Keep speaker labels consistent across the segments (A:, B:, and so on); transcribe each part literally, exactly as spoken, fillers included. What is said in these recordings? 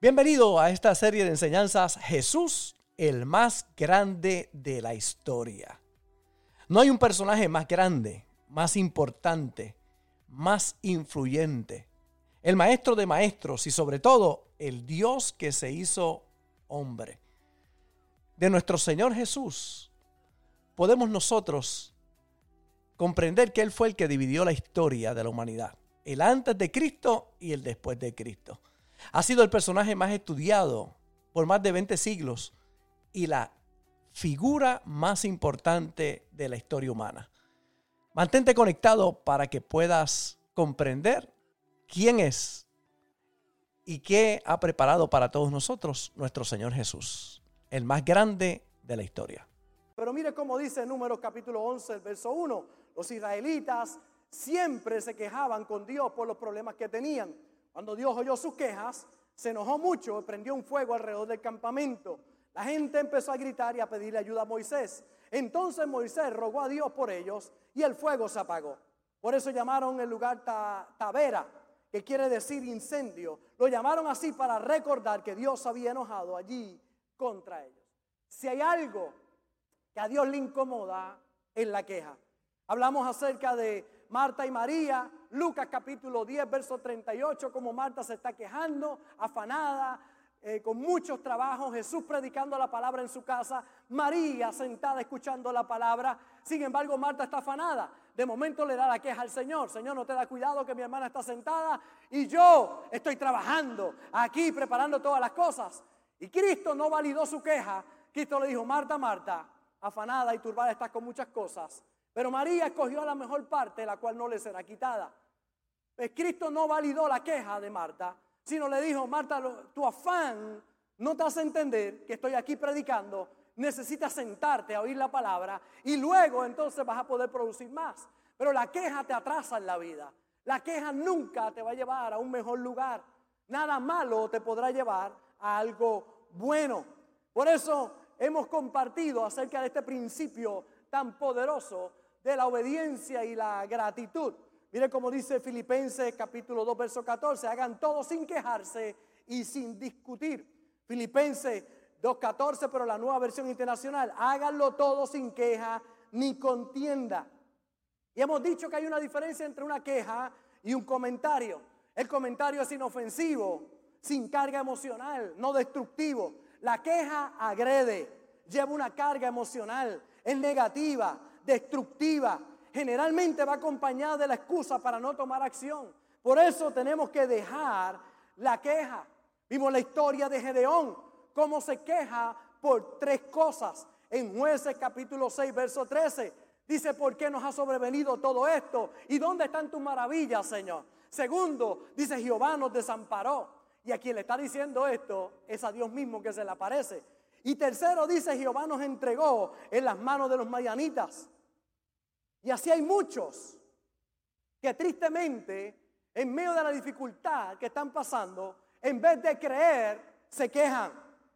A: Bienvenido a esta serie de enseñanzas Jesús, el más grande de la historia. No hay un personaje más grande, más importante, más influyente, el maestro de maestros y sobre todo el Dios que se hizo hombre. De nuestro Señor Jesús podemos nosotros comprender que Él fue el que dividió la historia de la humanidad, el antes de Cristo y el después de Cristo. Ha sido el personaje más estudiado por más de veinte siglos y la figura más importante de la historia humana. Mantente conectado para que puedas comprender quién es y qué ha preparado para todos nosotros nuestro Señor Jesús, el más grande de la historia.
B: Pero mire cómo dice Números capítulo once, el verso uno. Los israelitas siempre se quejaban con Dios por los problemas que tenían. Cuando Dios oyó sus quejas, se enojó mucho y prendió un fuego alrededor del campamento. La gente empezó a gritar y a pedirle ayuda a Moisés. Entonces Moisés rogó a Dios por ellos y el fuego se apagó. Por eso llamaron el lugar ta, Tabera, que quiere decir incendio. Lo llamaron así para recordar que Dios había enojado allí contra ellos. Si hay algo que a Dios le incomoda, es la queja. Hablamos acerca de Marta y María, Lucas capítulo diez, verso treinta y ocho, como Marta se está quejando, afanada, eh, con muchos trabajos, Jesús predicando la palabra en su casa, María sentada escuchando la palabra. Sin embargo, Marta está afanada. De momento le da la queja al Señor. Señor, no te da cuidado que mi hermana está sentada y yo estoy trabajando aquí preparando todas las cosas. Y Cristo no validó su queja. Cristo le dijo: Marta, Marta, afanada y turbada estás con muchas cosas, pero María escogió la mejor parte, la cual no le será quitada. Pues Cristo no validó la queja de Marta, sino le dijo: Marta, tu afán no te hace entender que estoy aquí predicando. Necesitas sentarte a oír la palabra y luego entonces vas a poder producir más. Pero la queja te atrasa en la vida. La queja nunca te va a llevar a un mejor lugar. Nada malo te podrá llevar a algo bueno. Por eso hemos compartido acerca de este principio tan poderoso de la obediencia y la gratitud. Mire cómo dice Filipenses capítulo dos, verso catorce. Hagan todo sin quejarse y sin discutir. Filipenses dos, catorce, pero la nueva versión internacional. Háganlo todo sin queja ni contienda. Y hemos dicho que hay una diferencia entre una queja y un comentario. El comentario es inofensivo, sin carga emocional, no destructivo. La queja agrede, lleva una carga emocional, es negativa, destructiva. Generalmente va acompañada de la excusa para no tomar acción. Por eso tenemos que dejar la queja. Vimos la historia de Gedeón, cómo se queja por tres cosas. En Jueces capítulo seis, verso trece, dice: ¿por qué nos ha sobrevenido todo esto? ¿Y dónde están tus maravillas, Señor? Segundo, dice: Jehová nos desamparó. Y a quien le está diciendo esto es a Dios mismo que se le aparece. Y tercero, dice: Jehová nos entregó en las manos de los madianitas. Y así hay muchos que tristemente, en medio de la dificultad que están pasando, en vez de creer, se quejan.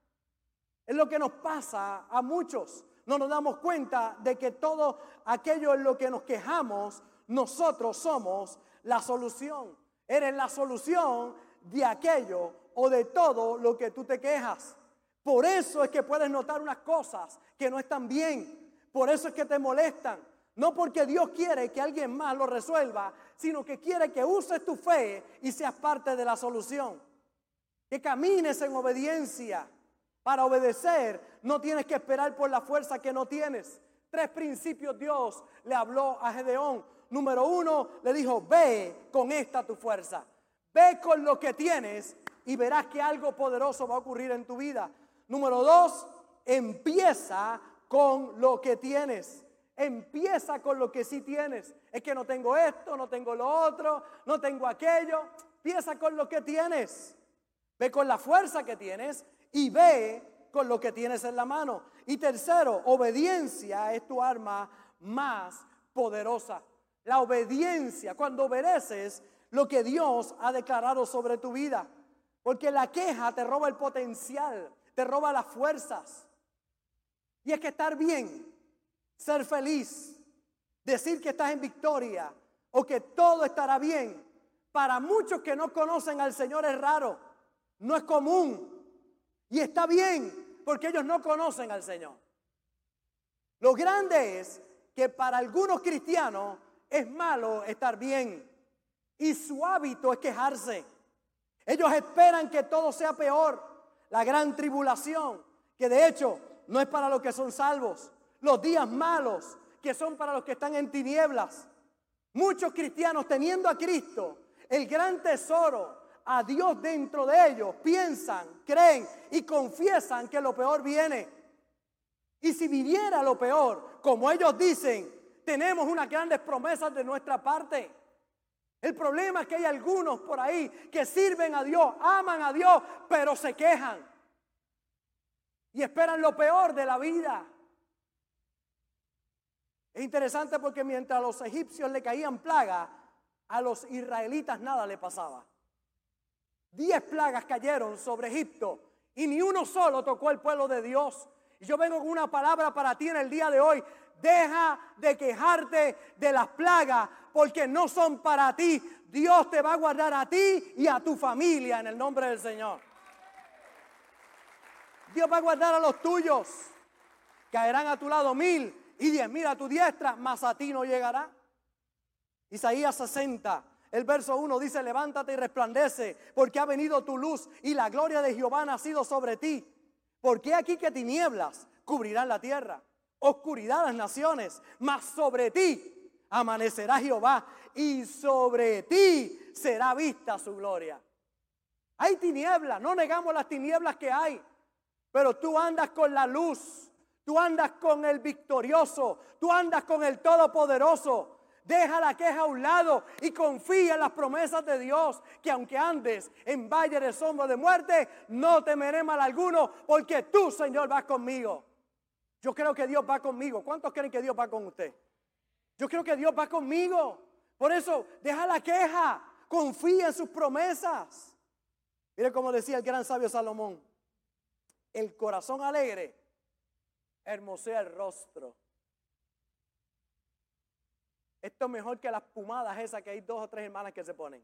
B: Es lo que nos pasa a muchos. No nos damos cuenta de que todo aquello en lo que nos quejamos, nosotros somos la solución. Eres la solución de aquello o de todo lo que tú te quejas. Por eso es que puedes notar unas cosas que no están bien. Por eso es que te molestan. No porque Dios quiere que alguien más lo resuelva, sino que quiere que uses tu fe y seas parte de la solución. Que camines en obediencia. Para obedecer no tienes que esperar por la fuerza que no tienes. Tres principios Dios le habló a Gedeón. Número uno, le dijo: ve con esta tu fuerza. Ve con lo que tienes y verás que algo poderoso va a ocurrir en tu vida. Número dos, empieza con lo que tienes. Empieza con lo que sí tienes. Es que no tengo esto, no tengo lo otro, no tengo aquello. Empieza con lo que tienes. Ve con la fuerza que tienes y ve con lo que tienes en la mano. Y tercero, obediencia es tu arma más poderosa. La obediencia, cuando obedeces lo que Dios ha declarado sobre tu vida. Porque la queja te roba el potencial, te roba las fuerzas. Y es que estar bien, ser feliz, decir que estás en victoria o que todo estará bien, para muchos que no conocen al Señor es raro. no es común. Y está bien, porque ellos no conocen al Señor. Lo grande es que para algunos cristianos es malo estar bien. Y su hábito es quejarse. Ellos esperan que todo sea peor. La gran tribulación, que de hecho no es para los que son salvos. Los días malos, que son para los que están en tinieblas. Muchos cristianos, teniendo a Cristo, el gran tesoro, a Dios dentro de ellos, piensan, creen y confiesan que lo peor viene. Y si viniera lo peor, como ellos dicen, tenemos unas grandes promesas de nuestra parte. El problema es que hay algunos por ahí que sirven a Dios, aman a Dios, pero se quejan y esperan lo peor de la vida. Es interesante porque mientras a los egipcios le caían plagas, a los israelitas nada le pasaba. Diez plagas cayeron sobre Egipto y ni uno solo tocó el pueblo de Dios. Y yo vengo con una palabra para ti en el día de hoy. Deja de quejarte de las plagas porque no son para ti. Dios te va a guardar a ti y a tu familia en el nombre del Señor. Dios va a guardar a los tuyos. Caerán a tu lado mil y diez mil a tu diestra, mas a ti no llegará. Isaías sesenta, el verso uno dice: levántate y resplandece, porque ha venido tu luz y la gloria de Jehová ha nacido sobre ti. Porque aquí que tinieblas cubrirán la tierra, oscuridad las naciones, mas sobre ti amanecerá Jehová y sobre ti será vista su gloria. Hay tinieblas, no negamos las tinieblas que hay, pero tú andas con la luz, tú andas con el victorioso, tú andas con el todopoderoso. Deja la queja a un lado y confía en las promesas de Dios, que aunque andes en valle de sombra de muerte, no temeré mal alguno, porque tú, Señor, vas conmigo. Yo creo que Dios va conmigo. ¿Cuántos creen que Dios va con usted? Yo creo que Dios va conmigo. Por eso, deja la queja, confía en sus promesas. Mire como decía el gran sabio Salomón: el corazón alegre hermosea el rostro. Esto es mejor que las pomadas esas que hay dos o tres hermanas que se ponen.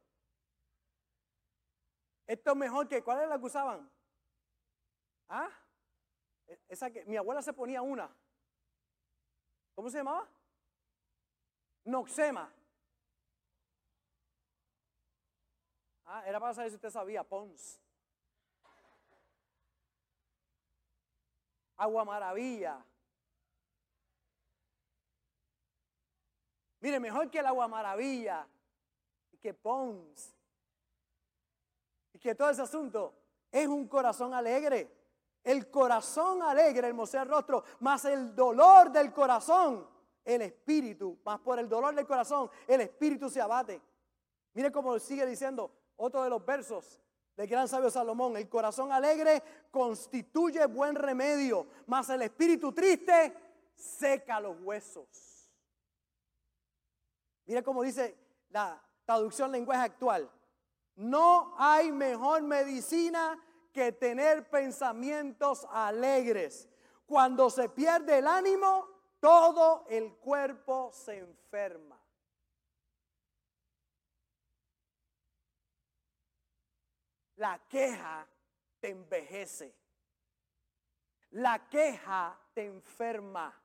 B: Esto es mejor que, ¿cuál es la que usaban? ¿Ah? Esa que, mi abuela se ponía una. ¿Cómo se llamaba? Noxema. Ah, era para saber si usted sabía, Pons. Agua Maravilla. Mire, mejor que el Agua Maravilla, y que Pons, y que todo ese asunto, es un corazón alegre. El corazón alegre hermosea el rostro, más el dolor del corazón, el espíritu, más por el dolor del corazón, el espíritu se abate. Mire cómo sigue diciendo otro de los versos del gran sabio Salomón: el corazón alegre constituye buen remedio, mas el espíritu triste seca los huesos. Mira cómo dice la traducción lenguaje actual: no hay mejor medicina que tener pensamientos alegres. Cuando se pierde el ánimo, todo el cuerpo se enferma. La queja te envejece. La queja te enferma.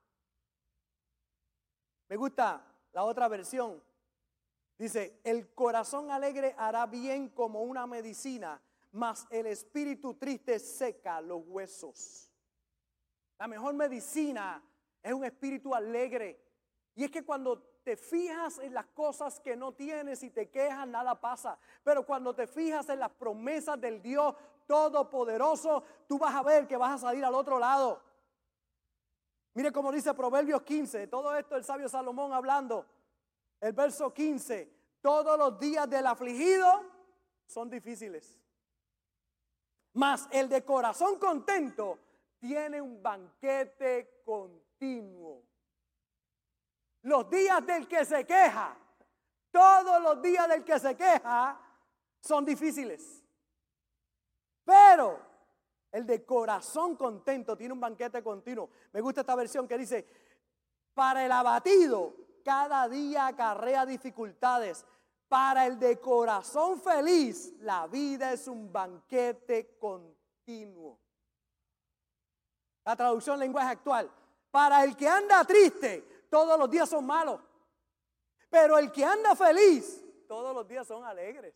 B: Me gusta la otra versión. Dice: el corazón alegre hará bien como una medicina, mas el espíritu triste seca los huesos. La mejor medicina es un espíritu alegre. Y es que cuando te fijas en las cosas que no tienes y te quejas, nada pasa. Pero cuando te fijas en las promesas del Dios Todopoderoso, tú vas a ver que vas a salir al otro lado. Mire cómo dice Proverbios quince, todo esto el sabio Salomón hablando. El verso quince: todos los días del afligido son difíciles, mas el de corazón contento tiene un banquete continuo. Los días del que se queja, todos los días del que se queja son difíciles, pero el de corazón contento tiene un banquete continuo. Me gusta esta versión que dice: para el abatido cada día acarrea dificultades, Para el de corazón feliz, la vida es un banquete continuo. La traducción lenguaje actual. Para el que anda triste, todos los días son malos. Pero el que anda feliz, todos los días son alegres.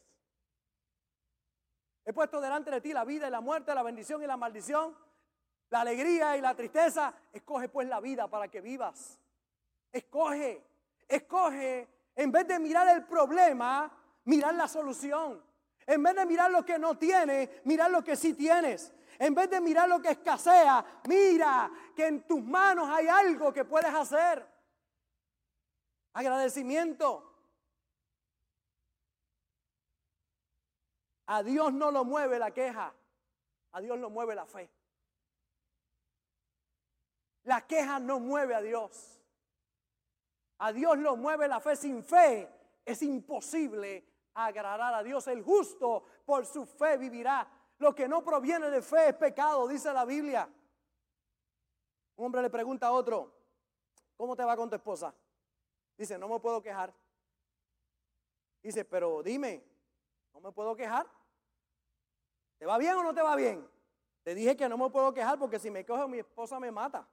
B: He puesto delante de ti la vida y la muerte, la bendición y la maldición, la alegría y la tristeza. Escoge pues la vida para que vivas. Escoge, escoge, en vez de mirar el problema, mirar la solución. En vez de mirar lo que no tienes, mirar lo que sí tienes. En vez de mirar lo que escasea, mira que en tus manos hay algo que puedes hacer. Agradecimiento. A Dios no lo mueve la queja, a Dios lo mueve la fe. La queja no mueve a Dios. A Dios lo mueve la fe. Sin fe es imposible agradar a Dios. El justo por su fe vivirá. Lo que no proviene de fe es pecado, dice la Biblia. Un hombre le pregunta a otro, ¿cómo te va con tu esposa? Dice, no me puedo quejar. Dice, pero dime, ¿no me puedo quejar? ¿Te va bien o no te va bien? Te dije que no me puedo quejar porque si me quejo mi esposa me mata.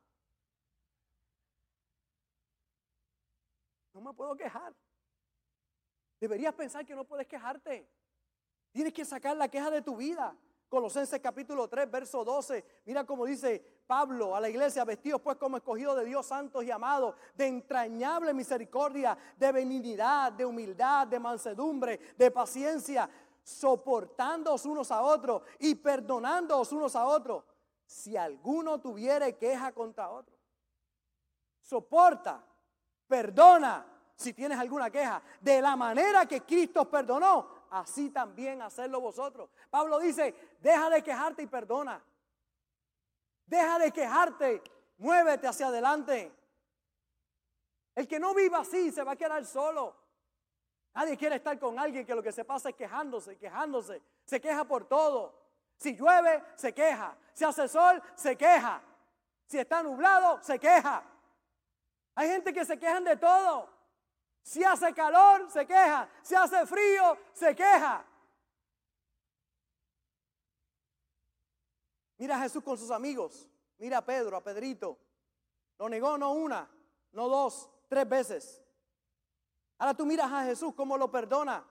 B: No me puedo quejar. Deberías pensar que no puedes quejarte. Tienes que sacar la queja de tu vida. Colosenses capítulo tres, verso doce. Mira cómo dice Pablo a la iglesia: vestidos pues como escogidos de Dios, santos y amados, de entrañable misericordia, de benignidad, de humildad, de mansedumbre, de paciencia, soportándoos unos a otros y perdonándoos unos a otros, si alguno tuviere queja contra otro. Soporta, perdona si tienes alguna queja, de la manera que Cristo perdonó, así también hacerlo vosotros. Pablo dice, deja de quejarte y perdona. Deja de quejarte, muévete hacia adelante. El que no viva así se va a quedar solo. Nadie quiere estar con alguien que lo que se pasa es quejándose, quejándose. Se queja por todo. Si llueve, se queja. Si hace sol, se queja. Si está nublado, se queja. Hay gente que se quejan de todo. Si hace calor, se queja. Si hace frío, se queja. Mira a Jesús con sus amigos. Mira a Pedro, a Pedrito. Lo negó no una, no dos, tres veces. Ahora tú miras a Jesús cómo lo perdona.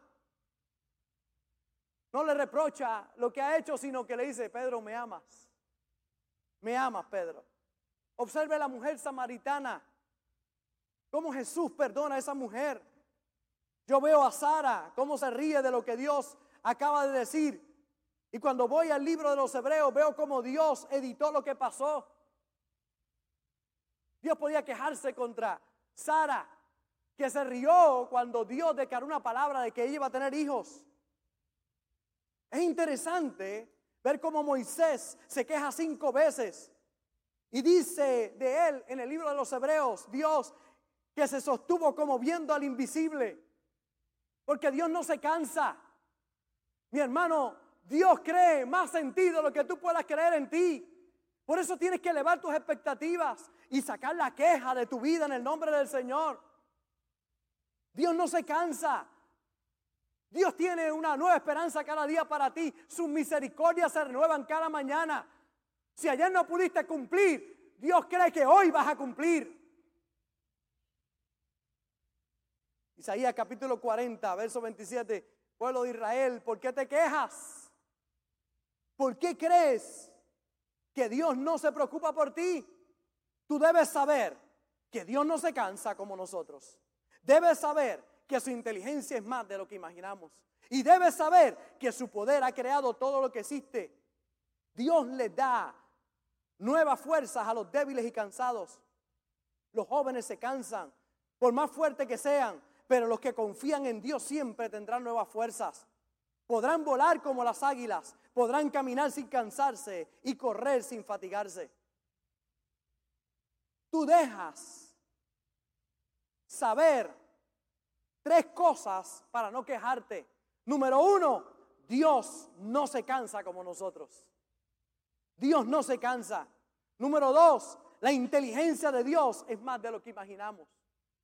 B: No le reprocha lo que ha hecho, sino que le dice, Pedro, me amas. Me amas, Pedro. Observe a la mujer samaritana. Cómo Jesús perdona a esa mujer. Yo veo a Sara, cómo se ríe de lo que Dios acaba de decir. Y cuando voy al libro de los Hebreos, veo cómo Dios editó lo que pasó. Dios podía quejarse contra Sara, que se rió cuando Dios declaró una palabra de que ella iba a tener hijos. Es interesante ver cómo Moisés se queja cinco veces. Y dice de él en el libro de los Hebreos, Dios, que se sostuvo como viendo al invisible. Porque Dios no se cansa. Mi hermano, Dios cree más en ti de lo que tú puedas creer en ti. Por eso tienes que elevar tus expectativas y sacar la queja de tu vida en el nombre del Señor. Dios no se cansa. Dios tiene una nueva esperanza cada día para ti. Sus misericordias se renuevan cada mañana. Si ayer no pudiste cumplir, Dios cree que hoy vas a cumplir. Isaías capítulo cuarenta, verso veintisiete. Pueblo de Israel, ¿por qué te quejas? ¿Por qué crees que Dios no se preocupa por ti? Tú debes saber que Dios no se cansa como nosotros. Debes saber que su inteligencia es más de lo que imaginamos. Y debes saber que su poder ha creado todo lo que existe. Dios le da nuevas fuerzas a los débiles y cansados. Los jóvenes se cansan, por más fuertes que sean. Pero los que confían en Dios siempre tendrán nuevas fuerzas. Podrán volar como las águilas. Podrán caminar sin cansarse y correr sin fatigarse. Tú dejas saber tres cosas para no quejarte. Número uno, Dios no se cansa como nosotros. Dios no se cansa. Número dos, la inteligencia de Dios es más de lo que imaginamos.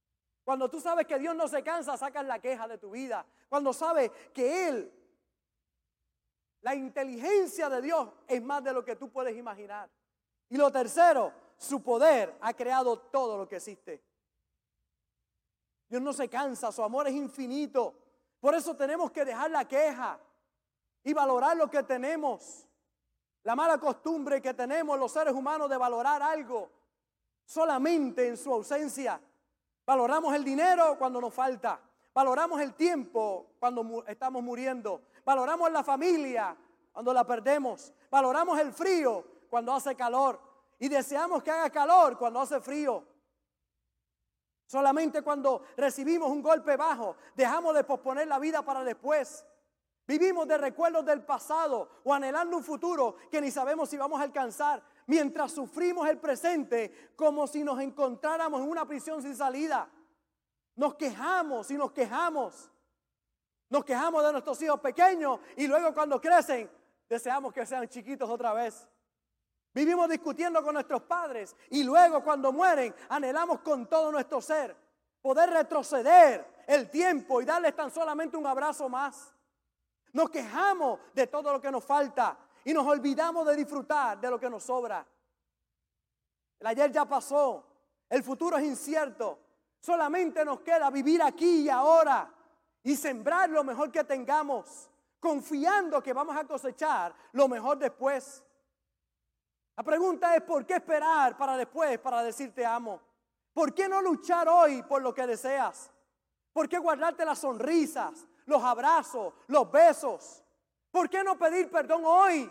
B: Cuando tú sabes que Dios no se cansa, sacas la queja de tu vida. Cuando sabes que Él, la inteligencia de Dios es más de lo que tú puedes imaginar. Y lo tercero, su poder ha creado todo lo que existe. Dios no se cansa, su amor es infinito. Por eso tenemos que dejar la queja y valorar lo que tenemos. La mala costumbre que tenemos los seres humanos de valorar algo solamente en su ausencia. Valoramos el dinero cuando nos falta. Valoramos el tiempo cuando mu- estamos muriendo. Valoramos la familia cuando la perdemos. Valoramos el frío cuando hace calor. Y deseamos que haga calor cuando hace frío. Solamente cuando recibimos un golpe bajo, dejamos de posponer la vida para después. Vivimos de recuerdos del pasado o anhelando un futuro que ni sabemos si vamos a alcanzar, mientras sufrimos el presente como si nos encontráramos en una prisión sin salida. Nos quejamos y nos quejamos. Nos quejamos de nuestros hijos pequeños y luego cuando crecen deseamos que sean chiquitos otra vez. Vivimos discutiendo con nuestros padres y luego cuando mueren anhelamos con todo nuestro ser poder retroceder el tiempo y darles tan solamente un abrazo más. Nos quejamos de todo lo que nos falta y nos olvidamos de disfrutar de lo que nos sobra. El ayer ya pasó, el futuro es incierto. Solamente nos queda vivir aquí y ahora y sembrar lo mejor que tengamos, confiando que vamos a cosechar lo mejor después. La pregunta es, ¿por qué esperar para después para decir te amo? ¿Por qué no luchar hoy por lo que deseas? ¿Por qué guardarte las sonrisas, los abrazos, los besos? ¿Por qué no pedir perdón hoy?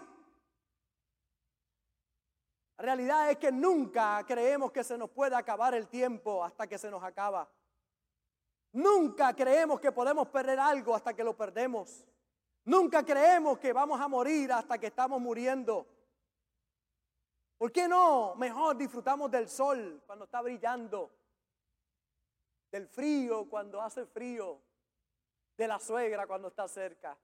B: La realidad es que nunca creemos que se nos puede acabar el tiempo hasta que se nos acaba. Nunca creemos que podemos perder algo hasta que lo perdemos. Nunca creemos que vamos a morir hasta que estamos muriendo. ¿Por qué no? Mejor disfrutamos del sol cuando está brillando, del frío cuando hace frío, de la suegra cuando está cerca.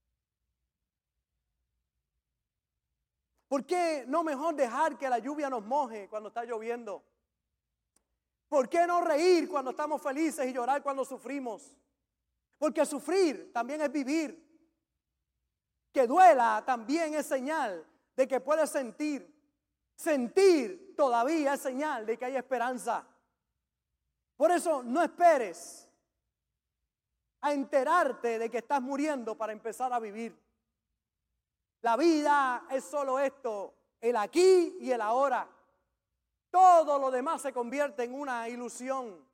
B: ¿Por qué no mejor dejar que la lluvia nos moje cuando está lloviendo? ¿Por qué no reír cuando estamos felices y llorar cuando sufrimos? Porque sufrir también es vivir. Que duela también es señal de que puedes sentir. Sentir todavía es señal de que hay esperanza. Por eso no esperes a enterarte de que estás muriendo para empezar a vivir. La vida es solo esto, el aquí y el ahora. Todo lo demás se convierte en una ilusión.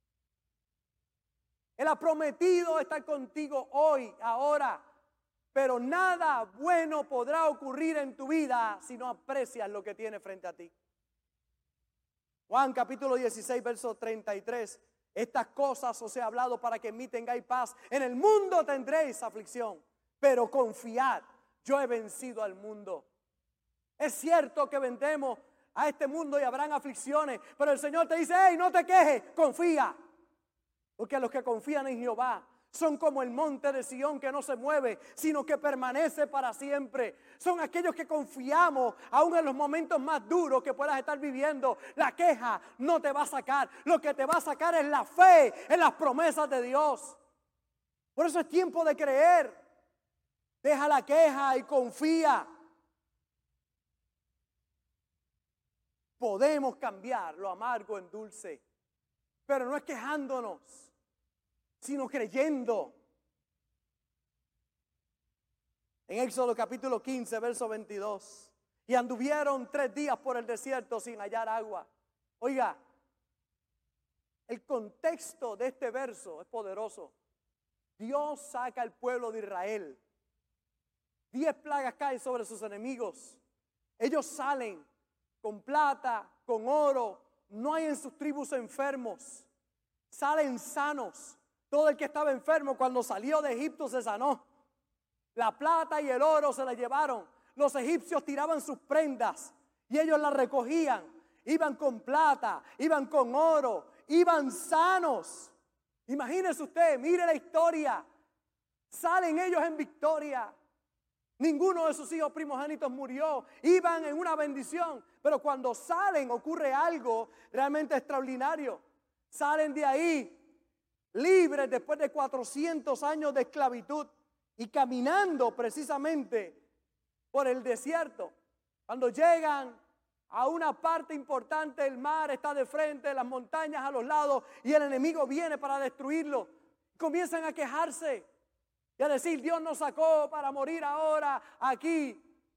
B: Él ha prometido estar contigo hoy, ahora. Pero nada bueno podrá ocurrir en tu vida si no aprecias lo que tiene frente a ti. Juan capítulo dieciséis, verso treinta y tres. Estas cosas os he hablado para que en mí tengáis paz. En el mundo tendréis aflicción, pero confiad, yo he vencido al mundo. Es cierto que vendremos a este mundo y habrán aflicciones, pero el Señor te dice, hey, no te quejes, confía. Porque los que confían en Jehová son como el monte de Sión que no se mueve, sino que permanece para siempre. Son aquellos que confiamos aún en los momentos más duros que puedas estar viviendo. La queja no te va a sacar. Lo que te va a sacar es la fe en las promesas de Dios. Por eso es tiempo de creer. Deja la queja y confía. Podemos cambiar lo amargo en dulce, pero no es quejándonos, sino creyendo. En Éxodo capítulo quince, verso veintidós. Y anduvieron tres días por el desierto sin hallar agua. Oiga, el contexto de este verso es poderoso. Dios saca al pueblo de Israel. Diez plagas caen sobre sus enemigos. Ellos salen con plata, con oro. No hay en sus tribus enfermos. Salen sanos. Todo el que estaba enfermo cuando salió de Egipto se sanó. La plata y el oro se la llevaron. Los egipcios tiraban sus prendas y ellos las recogían. Iban con plata, iban con oro, iban sanos. Imagínese usted, mire la historia. Salen ellos en victoria. Ninguno de sus hijos primogénitos murió. Iban en una bendición. Pero cuando salen ocurre algo realmente extraordinario. Salen de ahí libres después de cuatrocientos años de esclavitud y caminando precisamente por el desierto. Cuando llegan a una parte importante, el mar está de frente, las montañas a los lados y el enemigo viene para destruirlo. Comienzan a quejarse y a decir: Dios nos sacó para morir ahora aquí.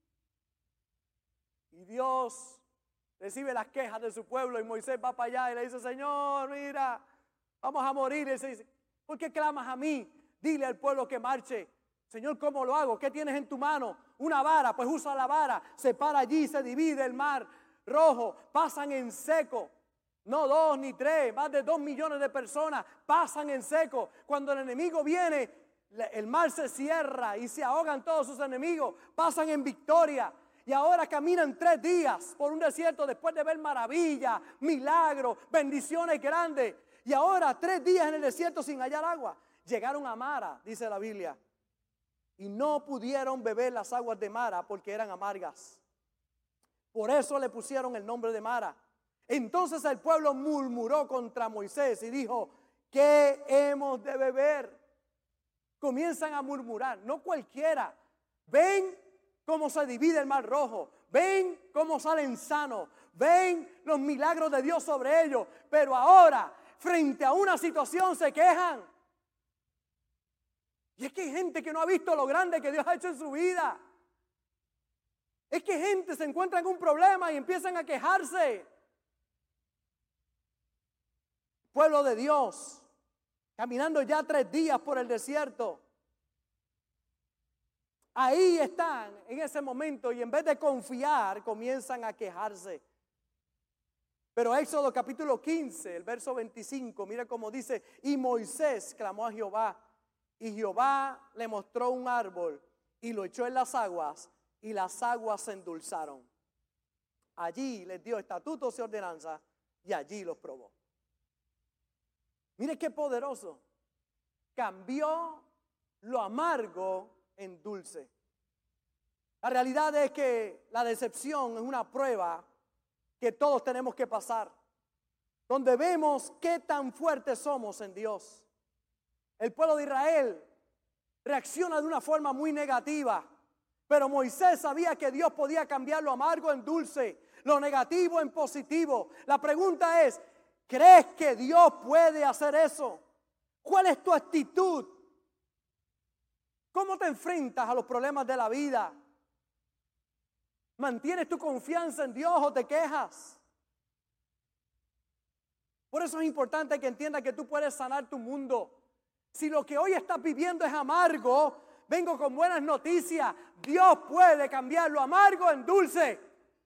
B: Y Dios recibe las quejas de su pueblo y Moisés va para allá y le dice: Señor, mira, vamos a morir. Y él se dice: ¿por qué clamas a mí? Dile al pueblo que marche. Señor, ¿cómo lo hago? ¿Qué tienes en tu mano? Una vara, pues usa la vara. Se para allí, se divide el mar Rojo, pasan en seco. No dos ni tres, más de dos millones de personas pasan en seco. Cuando el enemigo viene, el mar se cierra y se ahogan todos sus enemigos. Pasan en victoria. Y ahora caminan tres días por un desierto después de ver maravillas, milagros, bendiciones grandes. Y ahora tres días en el desierto sin hallar agua. Llegaron a Mara, dice la Biblia. Y no pudieron beber las aguas de Mara porque eran amargas. Por eso le pusieron el nombre de Mara. Entonces el pueblo murmuró contra Moisés y dijo: ¿qué hemos de beber? Comienzan a murmurar, no cualquiera. Ven cómo se divide el mar Rojo. Ven cómo salen sanos. Ven los milagros de Dios sobre ellos. Pero ahora, frente a una situación, se quejan. Y es que hay gente que no ha visto lo grande que Dios ha hecho en su vida. Es que gente se encuentra en un problema y empiezan a quejarse. Pueblo de Dios, caminando ya tres días por el desierto. Ahí están en ese momento y en vez de confiar comienzan a quejarse. Pero Éxodo capítulo quince, el verso veinticinco, mira cómo dice: y Moisés clamó a Jehová y Jehová le mostró un árbol y lo echó en las aguas y las aguas se endulzaron. Allí les dio estatutos y ordenanzas y allí los probó. Mire qué poderoso. Cambió lo amargo en dulce. La realidad es que la decepción es una prueba que todos tenemos que pasar, donde vemos qué tan fuertes somos en Dios. El pueblo de Israel reacciona de una forma muy negativa, pero Moisés sabía que Dios podía cambiar lo amargo en dulce, lo negativo en positivo. La pregunta es: ¿crees que Dios puede hacer eso? ¿Cuál es tu actitud? ¿Cómo te enfrentas a los problemas de la vida? ¿Mantienes tu confianza en Dios o te quejas? Por eso es importante que entiendas que tú puedes sanar tu mundo. Si lo que hoy estás viviendo es amargo, vengo con buenas noticias. Dios puede cambiar lo amargo en dulce.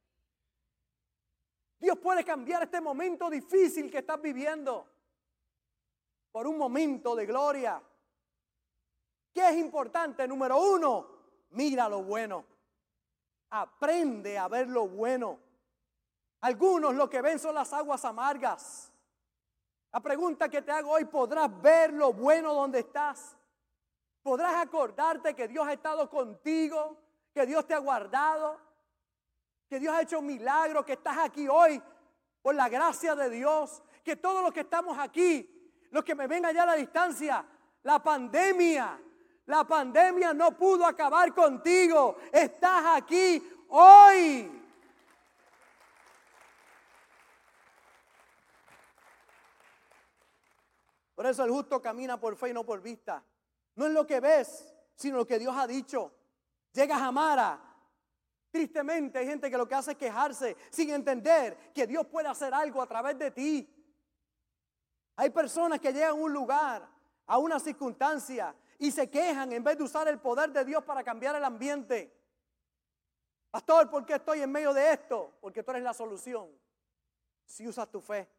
B: Dios puede cambiar este momento difícil que estás viviendo por un momento de gloria. ¿Qué es importante? Número uno, mira lo bueno. Aprende a ver lo bueno. Algunos lo que ven son las aguas amargas. La pregunta que te hago hoy: ¿podrás ver lo bueno donde estás? ¿Podrás acordarte que Dios ha estado contigo? ¿Que Dios te ha guardado? ¿Que Dios ha hecho milagros? ¿Que estás aquí hoy por la gracia de Dios? Que todos los que estamos aquí, los que me ven allá a la distancia, la pandemia, la pandemia no pudo acabar contigo. Estás aquí hoy. Por eso el justo camina por fe y no por vista. No es lo que ves, sino lo que Dios ha dicho. Llegas a Mara. Tristemente hay gente que lo que hace es quejarse sin entender que Dios puede hacer algo a través de ti. Hay personas que llegan a un lugar, a una circunstancia, y se quejan en vez de usar el poder de Dios para cambiar el ambiente. Pastor, ¿por qué estoy en medio de esto? Porque tú eres la solución. Si usas tu fe.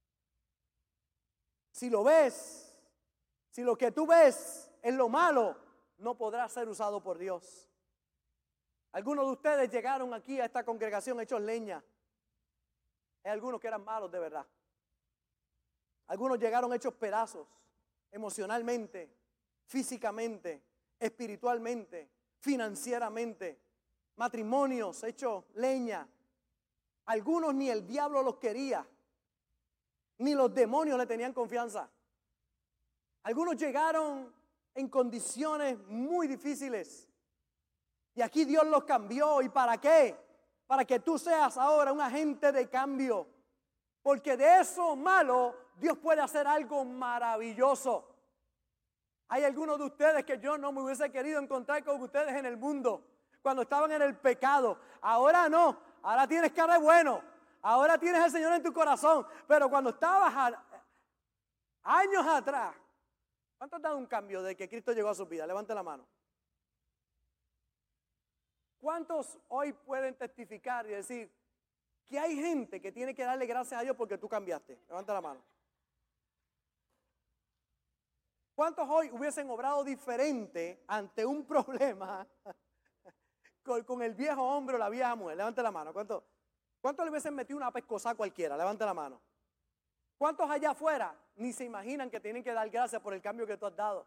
B: Si lo ves, si lo que tú ves es lo malo, no podrá ser usado por Dios. Algunos de ustedes llegaron aquí a esta congregación hechos leña. Hay algunos que eran malos de verdad. Algunos llegaron hechos pedazos, emocionalmente, físicamente, espiritualmente, financieramente. Matrimonios hechos leña. Algunos ni el diablo los quería, ni los demonios le tenían confianza. Algunos llegaron en condiciones muy difíciles. Y aquí Dios los cambió. ¿Y para qué? Para que tú seas ahora un agente de cambio. Porque de eso malo Dios puede hacer algo maravilloso. Hay algunos de ustedes que yo no me hubiese querido encontrar con ustedes en el mundo cuando estaban en el pecado. Ahora no, ahora tienes cara de bueno, ahora tienes al Señor en tu corazón. Pero cuando estabas a, años atrás, ¿cuántos han dado un cambio de que Cristo llegó a su vida? Levante la mano. ¿Cuántos hoy pueden testificar y decir que hay gente que tiene que darle gracias a Dios porque tú cambiaste? Levanta la mano. ¿Cuántos hoy hubiesen obrado diferente ante un problema con, con el viejo hombre o la vieja mujer? Levante la mano. ¿Cuántos, cuántos le hubiesen metido una pescosa a cualquiera? Levante la mano. ¿Cuántos allá afuera ni se imaginan que tienen que dar gracias por el cambio que tú has dado?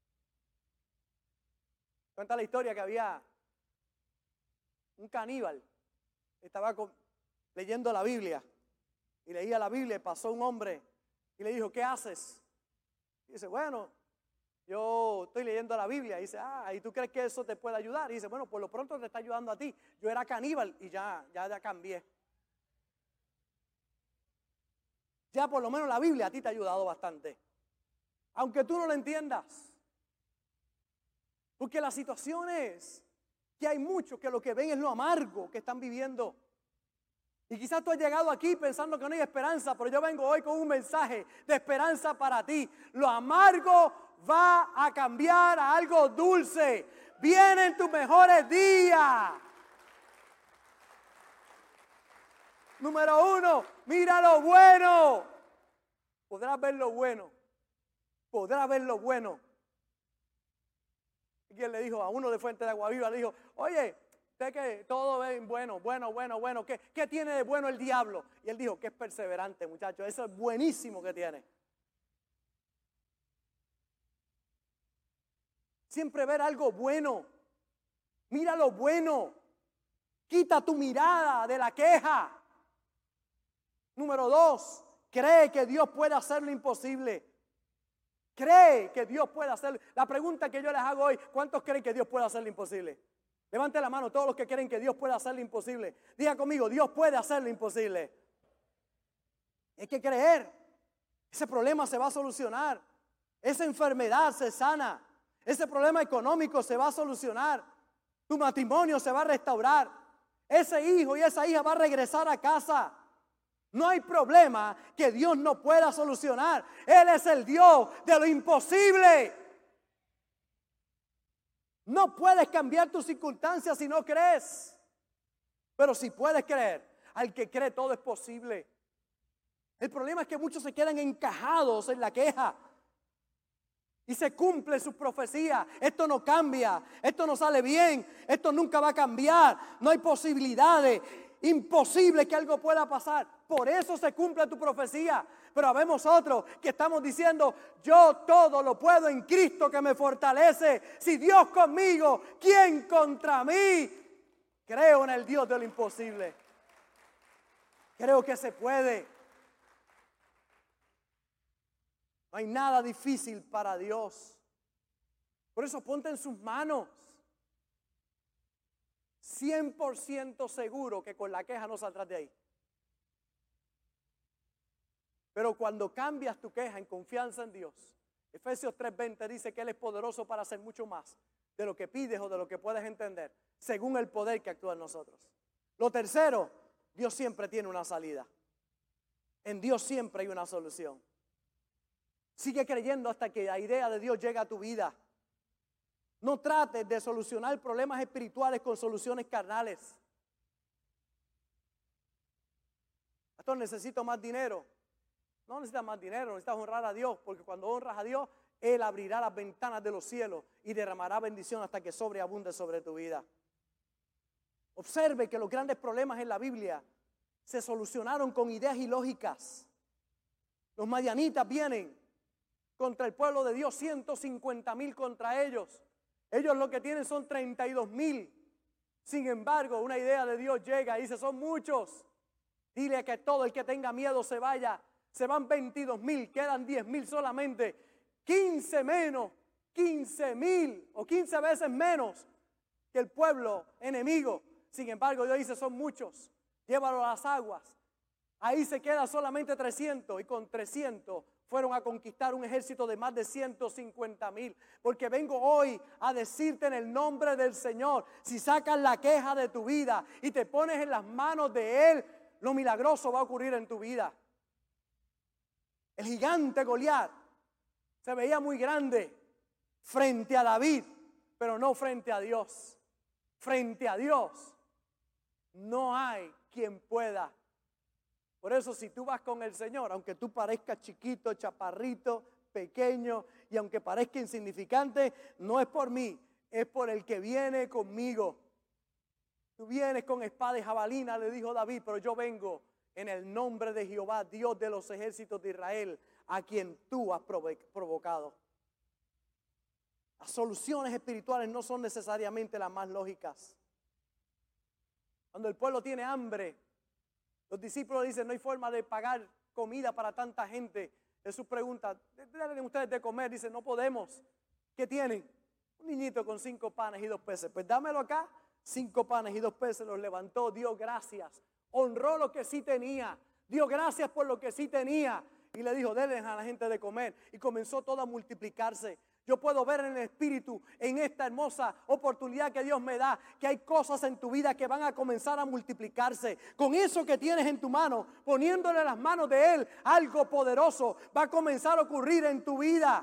B: Cuenta la historia que había un caníbal, estaba con, leyendo la Biblia y leía la Biblia y pasó un hombre y le dijo, ¿qué haces? Y dice, bueno, yo estoy leyendo la Biblia. Y dice, ah, ¿y tú crees que eso te puede ayudar? Y dice, bueno, por lo pronto te está ayudando a ti. Yo era caníbal y ya, ya, ya cambié. Ya por lo menos la Biblia a ti te ha ayudado bastante. Aunque tú no lo entiendas. Porque la situación es que hay muchos que lo que ven es lo amargo que están viviendo. Y quizás tú has llegado aquí pensando que no hay esperanza, pero yo vengo hoy con un mensaje de esperanza para ti. Lo amargo va a cambiar a algo dulce. Vienen tus mejores días. Número uno, mira lo bueno. Podrás ver lo bueno. Podrás ver lo bueno. Y quien le dijo a uno de Fuente de Agua Viva, le dijo, oye, usted que todo es bueno, bueno, bueno, bueno. ¿Qué, ¿Qué tiene de bueno el diablo? Y él dijo que es perseverante, muchachos. Eso es buenísimo que tiene. Siempre ver algo bueno. Mira lo bueno. Quita tu mirada de la queja. Número dos, cree que Dios puede hacer lo imposible. Cree que Dios puede hacerlo. La pregunta que yo les hago hoy, ¿cuántos creen que Dios puede hacer lo imposible? Levante la mano todos los que creen que Dios puede hacer lo imposible. Diga conmigo, Dios puede hacer lo imposible. Hay que creer. Ese problema se va a solucionar. Esa enfermedad se sana. Ese problema económico se va a solucionar. Tu matrimonio se va a restaurar. Ese hijo y esa hija va a regresar a casa. No hay problema que Dios no pueda solucionar. Él es el Dios de lo imposible. No puedes cambiar tus circunstancias si no crees. Pero si puedes creer, al que cree todo es posible. El problema es que muchos se quedan encajados en la queja. Y se cumple su profecía. Esto no cambia. Esto no sale bien. Esto nunca va a cambiar. No hay posibilidades. Imposible que algo pueda pasar. Por eso se cumple tu profecía. Pero habemos otros que estamos diciendo, yo todo lo puedo en Cristo que me fortalece. Si Dios conmigo, ¿quién contra mí? Creo en el Dios de lo imposible. Creo que se puede. No hay nada difícil para Dios. Por eso ponte en sus manos. cien por ciento seguro que con la queja no saldrás de ahí. Pero cuando cambias tu queja en confianza en Dios, Efesios tres veinte dice que Él es poderoso para hacer mucho más de lo que pides o de lo que puedes entender, según el poder que actúa en nosotros. Lo tercero, Dios siempre tiene una salida. En Dios siempre hay una solución. Sigue creyendo hasta que la idea de Dios llegue a tu vida. No trates de solucionar problemas espirituales con soluciones carnales. Pastor, necesito más dinero. No necesitas más dinero, necesitas honrar a Dios, porque cuando honras a Dios, Él abrirá las ventanas de los cielos y derramará bendición hasta que sobreabunde sobre tu vida. Observe que los grandes problemas en la Biblia se solucionaron con ideas ilógicas. Los madianitas vienen contra el pueblo de Dios, ciento cincuenta mil contra ellos. Ellos lo que tienen son treinta y dos mil. Sin embargo, una idea de Dios llega y dice, son muchos. Dile que todo el que tenga miedo se vaya. Se van veintidós mil, quedan diez mil solamente. quince menos, quince mil o quince veces menos que el pueblo enemigo. Sin embargo, Dios dice, son muchos, llévalo a las aguas. Ahí se queda solamente trescientos, y con trescientos fueron a conquistar un ejército de más de ciento cincuenta mil. Porque vengo hoy a decirte en el nombre del Señor, si sacas la queja de tu vida y te pones en las manos de Él, lo milagroso va a ocurrir en tu vida. El gigante Goliat se veía muy grande frente a David, pero no frente a Dios. Frente a Dios no hay quien pueda. Por eso, si tú vas con el Señor, aunque tú parezcas chiquito, chaparrito, pequeño, y aunque parezca insignificante, no es por mí, es por el que viene conmigo. Tú vienes con espada y jabalina, le dijo David, pero yo vengo en el nombre de Jehová, Dios de los ejércitos de Israel, a quien tú has provocado. Las soluciones espirituales no son necesariamente las más lógicas. Cuando el pueblo tiene hambre, los discípulos dicen, no hay forma de pagar comida para tanta gente. Jesús pregunta, ¿tienen ustedes de comer? Dicen, no podemos. ¿Qué tienen? Un niñito con cinco panes y dos peces. Pues dámelo acá. Cinco panes y dos peces los levantó, dio gracias. Honró lo que sí tenía. Dio gracias por lo que sí tenía. Y le dijo, denle a la gente de comer. Y comenzó todo a multiplicarse. Yo puedo ver en el Espíritu, en esta hermosa oportunidad que Dios me da, que hay cosas en tu vida que van a comenzar a multiplicarse. Con eso que tienes en tu mano, poniéndole en las manos de Él, algo poderoso va a comenzar a ocurrir en tu vida.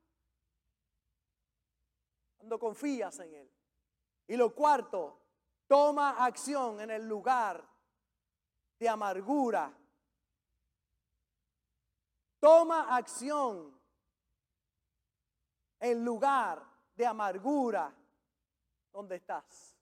B: Cuando confías en Él. Y lo cuarto, toma acción en el lugar de amargura. Toma acción en lugar de amargura donde estás.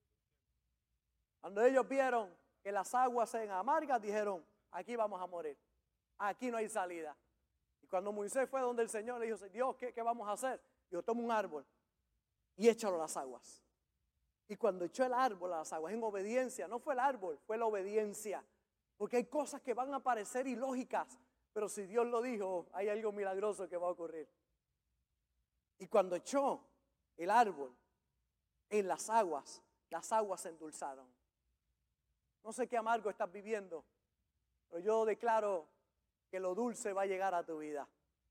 B: Cuando ellos vieron que las aguas eran amargas, dijeron, aquí vamos a morir, aquí no hay salida. Y cuando Moisés fue donde el Señor, le dijo, Dios, ¿qué, qué vamos a hacer? Dijo, toma un árbol y échalo a las aguas. Y cuando echó el árbol a las aguas, en obediencia, no fue el árbol, fue la obediencia. Porque hay cosas que van a parecer ilógicas, pero si Dios lo dijo, hay algo milagroso que va a ocurrir. Y cuando echó el árbol en las aguas, las aguas se endulzaron. No sé qué amargo estás viviendo, pero yo declaro que lo dulce va a llegar a tu vida.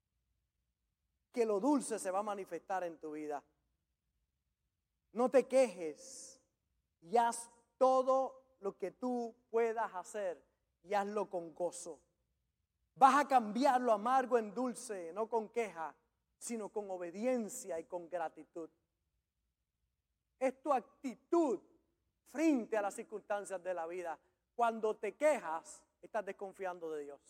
B: Que lo dulce se va a manifestar en tu vida. No te quejes y haz todo lo que tú puedas hacer y hazlo con gozo. Vas a cambiar lo amargo en dulce, no con queja, sino con obediencia y con gratitud. Es tu actitud frente a las circunstancias de la vida. Cuando te quejas, estás desconfiando de Dios,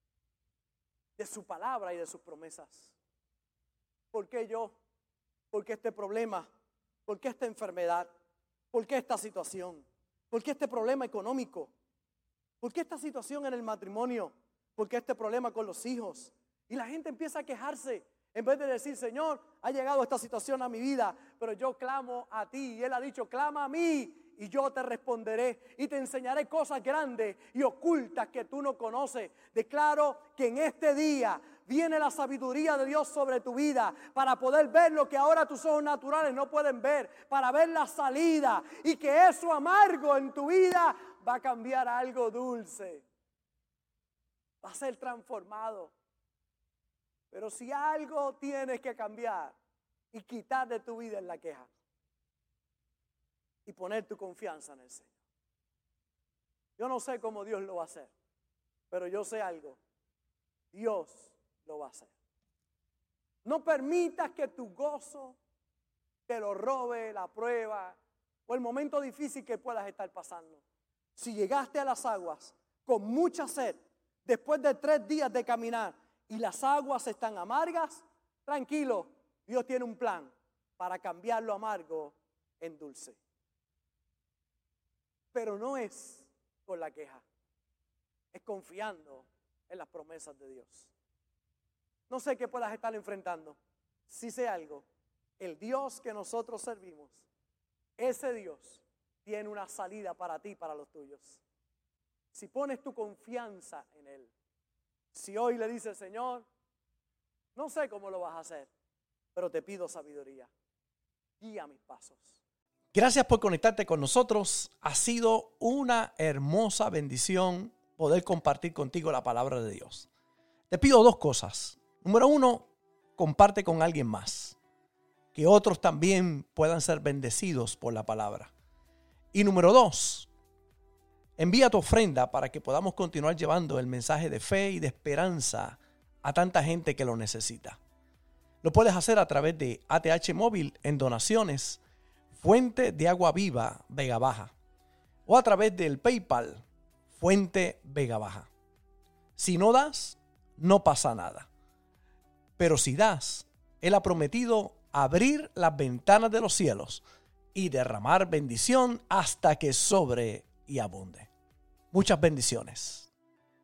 B: de su palabra y de sus promesas. ¿Por qué yo? ¿Por qué este problema? ¿Por qué esta enfermedad? ¿Por qué esta situación? ¿Por qué este problema económico? ¿Por qué esta situación en el matrimonio? ¿Por qué este problema con los hijos? Y la gente empieza a quejarse. En vez de decir, Señor, ha llegado esta situación a mi vida, pero yo clamo a ti. Y Él ha dicho, clama a mí y yo te responderé. Y te enseñaré cosas grandes y ocultas que tú no conoces. Declaro que en este día viene la sabiduría de Dios sobre tu vida para poder ver lo que ahora tus ojos naturales no pueden ver. Para ver la salida y que eso amargo en tu vida va a cambiar a algo dulce. Va a ser transformado. Pero si algo tienes que cambiar y quitar de tu vida es la queja. Y poner tu confianza en el Señor. Yo no sé cómo Dios lo va a hacer, pero yo sé algo. Dios lo va a hacer. No permitas que tu gozo te lo robe la prueba o el momento difícil que puedas estar pasando. Si llegaste a las aguas con mucha sed, después de tres días de caminar, y las aguas están amargas, tranquilo, Dios tiene un plan para cambiar lo amargo en dulce. Pero no es con la queja, es confiando en las promesas de Dios. No sé qué puedas estar enfrentando, sí sé algo, el Dios que nosotros servimos, ese Dios tiene una salida para ti y para los tuyos. Si pones tu confianza en Él. Si hoy le dices, Señor, No sé cómo lo vas a hacer, pero te pido sabiduría. Guía mis pasos.
A: Gracias por conectarte con nosotros. Ha sido una hermosa bendición poder compartir contigo la palabra de Dios. Te pido dos cosas. Número uno, comparte con alguien más, que otros también puedan ser bendecidos por la palabra. Y número dos, envía tu ofrenda para que podamos continuar llevando el mensaje de fe y de esperanza a tanta gente que lo necesita. Lo puedes hacer a través de A T H Móvil en donaciones, Fuente de Agua Viva Vega Baja, o a través del PayPal Fuente Vega Baja. Si no das, no pasa nada. Pero si das, Él ha prometido abrir las ventanas de los cielos y derramar bendición hasta que sobre y abunde. Muchas bendiciones.